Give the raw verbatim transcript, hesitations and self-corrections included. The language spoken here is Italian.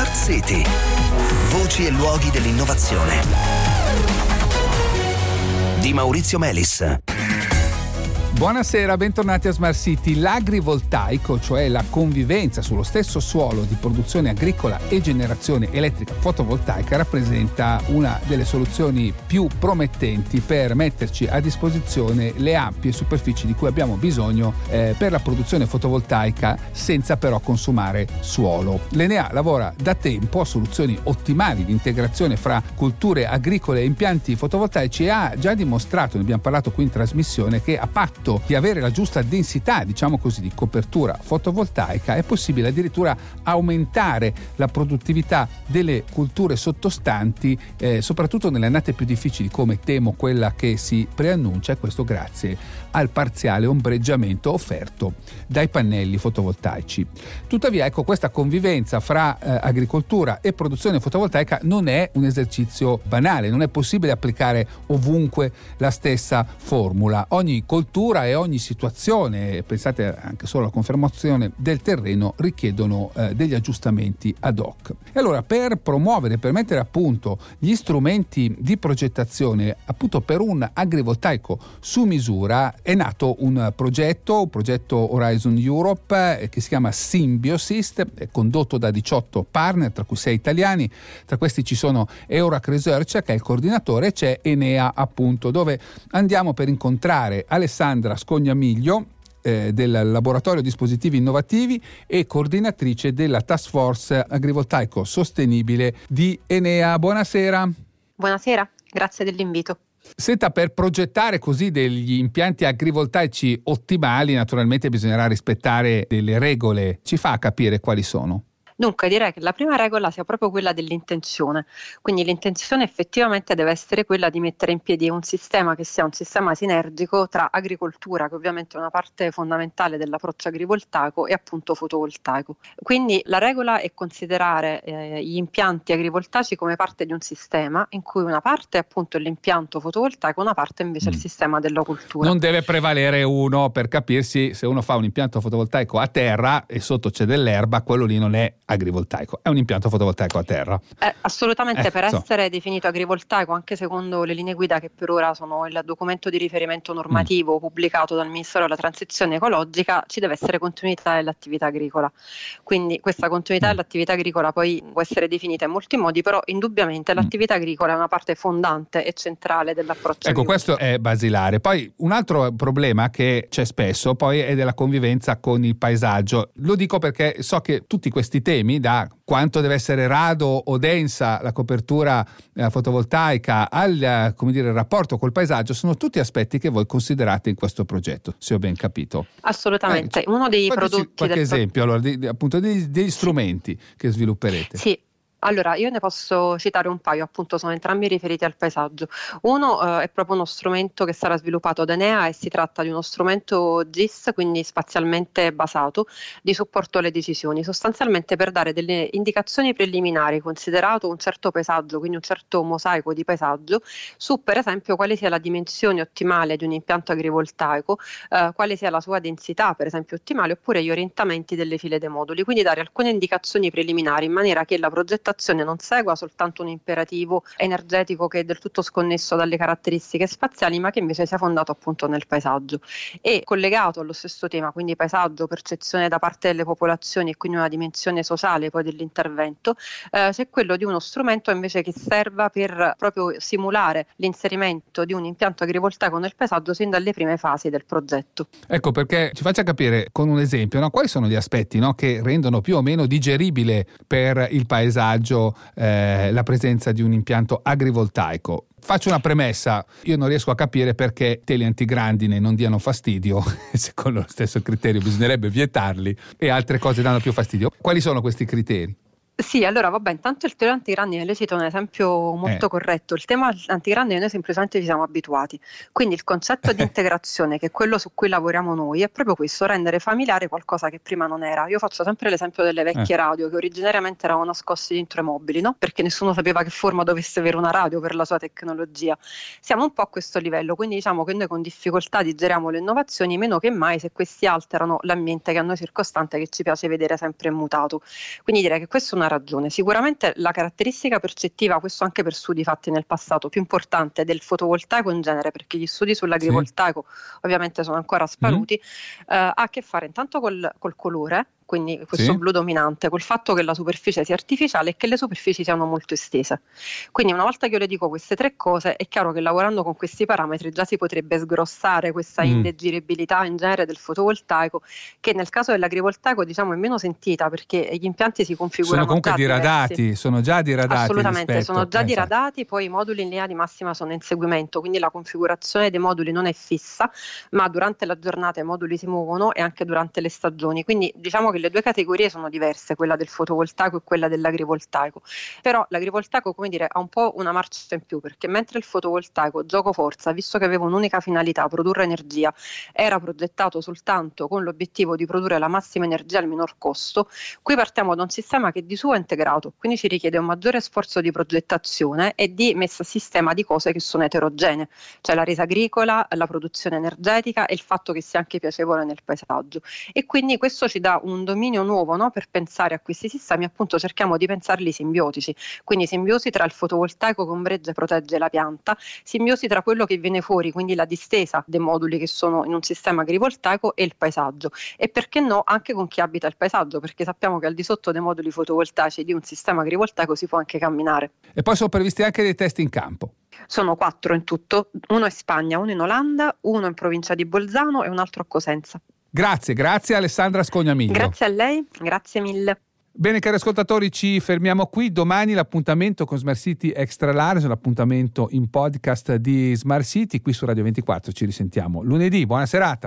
Smart City. Voci e luoghi dell'innovazione. Di Maurizio Melis. Buonasera, bentornati a Smart City. L'agrivoltaico, cioè la convivenza sullo stesso suolo di produzione agricola e generazione elettrica fotovoltaica, rappresenta una delle soluzioni più promettenti per metterci a disposizione le ampie superfici di cui abbiamo bisogno eh, per la produzione fotovoltaica senza però consumare suolo. L'Enea lavora da tempo a soluzioni ottimali di integrazione fra culture agricole e impianti fotovoltaici e ha già dimostrato, ne abbiamo parlato qui in trasmissione, che a patto di avere la giusta densità, diciamo così, di copertura fotovoltaica è possibile addirittura aumentare la produttività delle culture sottostanti, eh, soprattutto nelle annate più difficili come temo quella che si preannuncia, e questo grazie al parziale ombreggiamento offerto dai pannelli fotovoltaici. Tuttavia, ecco, questa convivenza fra eh, agricoltura e produzione fotovoltaica non è un esercizio banale, non è possibile applicare ovunque la stessa formula. Ogni cultura e ogni situazione, pensate anche solo alla conformazione del terreno, richiedono eh, degli aggiustamenti ad hoc. E allora, per promuovere, per mettere a punto gli strumenti di progettazione appunto per un agrivoltaico su misura, è nato un progetto, un progetto Horizon Europe eh, che si chiama Symbiosis, è condotto da diciotto partner, tra cui sei italiani. Tra questi ci sono Eurac Research, che è il coordinatore, e c'è Enea, appunto, dove andiamo per incontrare Alessandra Scognamiglio eh, del Laboratorio Dispositivi Innovativi e coordinatrice della Task Force Agrivoltaico Sostenibile di Enea. Buonasera. Buonasera, grazie dell'invito. Senta, per progettare così degli impianti agrivoltaici ottimali, naturalmente bisognerà rispettare delle regole. Ci fa capire quali sono? Dunque, direi che la prima regola sia proprio quella dell'intenzione, quindi l'intenzione effettivamente deve essere quella di mettere in piedi un sistema che sia un sistema sinergico tra agricoltura, che ovviamente è una parte fondamentale dell'approccio agrivoltaico, e appunto fotovoltaico. Quindi la regola è considerare eh, gli impianti agrivoltaici come parte di un sistema in cui una parte è appunto l'impianto fotovoltaico, una parte invece è mm. il sistema della cultura. Non deve prevalere uno, per capirsi, se uno fa un impianto fotovoltaico a terra e sotto c'è dell'erba, quello lì non è agrivoltaico, è un impianto fotovoltaico a terra. Eh, assolutamente, eh, per so. essere definito agrivoltaico, anche secondo le linee guida che per ora sono il documento di riferimento normativo mm. pubblicato dal Ministero della Transizione Ecologica, ci deve essere continuità dell'attività agricola. Quindi questa continuità mm. dell'attività agricola poi può essere definita in molti modi, però indubbiamente mm. l'attività agricola è una parte fondante e centrale dell'approccio. Ecco, agricolo. Questo è basilare. Poi un altro problema che c'è spesso poi è della convivenza con il paesaggio. Lo dico perché so che tutti questi temi, da quanto deve essere rado o densa la copertura eh, fotovoltaica al eh, come dire, il rapporto col paesaggio, sono tutti aspetti che voi considerate in questo progetto, se ho ben capito. Assolutamente. Eh, cioè, Uno dei prodotti qualche del esempio allora, di, di, appunto degli, degli strumenti sì. che svilupperete. Sì. Allora, io ne posso citare un paio, appunto sono entrambi riferiti al paesaggio. Uno eh, è proprio uno strumento che sarà sviluppato da Enea e si tratta di uno strumento G I S, quindi spazialmente basato, di supporto alle decisioni, sostanzialmente per dare delle indicazioni preliminari, considerato un certo paesaggio, quindi un certo mosaico di paesaggio, su per esempio quale sia la dimensione ottimale di un impianto agrivoltaico, eh, quale sia la sua densità per esempio ottimale, oppure gli orientamenti delle file dei moduli, quindi dare alcune indicazioni preliminari in maniera che la progettazione non segua soltanto un imperativo energetico che è del tutto sconnesso dalle caratteristiche spaziali, ma che invece sia fondato appunto nel paesaggio. E collegato allo stesso tema, quindi paesaggio, percezione da parte delle popolazioni e quindi una dimensione sociale poi dell'intervento, eh, c'è quello di uno strumento invece che serva per proprio simulare l'inserimento di un impianto agrivoltaico nel paesaggio sin dalle prime fasi del progetto. Ecco, perché ci faccia capire con un esempio, no? Quali sono gli aspetti, no, che rendono più o meno digeribile per il paesaggio eh, la presenza di un impianto agrivoltaico. Faccio una premessa, io non riesco a capire perché teli antigrandine non diano fastidio, secondo lo stesso criterio bisognerebbe vietarli, e altre cose danno più fastidio. Quali sono questi criteri? Sì, allora vabbè, intanto il tema antigrandine le cito un esempio molto eh. corretto. Il tema antigrandine noi semplicemente ci siamo abituati, quindi il concetto di integrazione, che è quello su cui lavoriamo noi, è proprio questo: rendere familiare qualcosa che prima non era. Io faccio sempre l'esempio delle vecchie eh. radio, che originariamente erano nascoste dentro i mobili, no? Perché nessuno sapeva che forma dovesse avere una radio per la sua tecnologia. Siamo un po' a questo livello, quindi diciamo che noi con difficoltà digeriamo le innovazioni, meno che mai se questi alterano l'ambiente che a noi circostante, che ci piace vedere sempre mutato. Quindi direi che questa è una una ragione. Sicuramente la caratteristica percettiva, questo anche per studi fatti nel passato, più importante del fotovoltaico in genere, perché gli studi sull'agrivoltaico sì. ovviamente sono ancora sparuti, mm. eh, ha a che fare intanto col, col colore, quindi questo sì. blu dominante, col fatto che la superficie sia artificiale e che le superfici siano molto estese. Quindi una volta che io le dico queste tre cose, è chiaro che lavorando con questi parametri già si potrebbe sgrossare questa mm. inleggeribilità in genere del fotovoltaico, che nel caso dell'agrivoltaico diciamo è meno sentita, perché gli impianti si configurano sono comunque diradati, diversi. sono già diradati. Assolutamente, rispetto, sono già eh, diradati, poi i moduli in linea di massima sono in seguimento, quindi la configurazione dei moduli non è fissa, ma durante la giornata i moduli si muovono e anche durante le stagioni, quindi diciamo che le due categorie sono diverse, quella del fotovoltaico e quella dell'agrivoltaico, però l'agrivoltaico, come dire, ha un po' una marcia in più, perché mentre il fotovoltaico, gioco forza, visto che aveva un'unica finalità, produrre energia, era progettato soltanto con l'obiettivo di produrre la massima energia al minor costo, qui partiamo da un sistema che di suo è integrato, quindi ci richiede un maggiore sforzo di progettazione e di messa a sistema di cose che sono eterogenee, cioè la resa agricola, la produzione energetica e il fatto che sia anche piacevole nel paesaggio, e quindi questo ci dà un dominio nuovo, no? Per pensare a questi sistemi, appunto cerchiamo di pensarli simbiotici, quindi simbiosi tra il fotovoltaico che ombreggia e protegge la pianta, simbiosi tra quello che viene fuori, quindi la distesa dei moduli che sono in un sistema agrivoltaico, e il paesaggio, e perché no anche con chi abita il paesaggio, perché sappiamo che al di sotto dei moduli fotovoltaici di un sistema agrivoltaico si può anche camminare. E poi sono previsti anche dei test in campo. Sono quattro in tutto, uno in Spagna, uno in Olanda, uno in provincia di Bolzano e un altro a Cosenza. Grazie, grazie Alessandra Scognamiglio. Grazie a lei, grazie mille. Bene cari ascoltatori, ci fermiamo qui. Domani l'appuntamento con Smart City Extra Large, l'appuntamento in podcast di Smart City qui su Radio ventiquattro. Ci risentiamo lunedì, buona serata.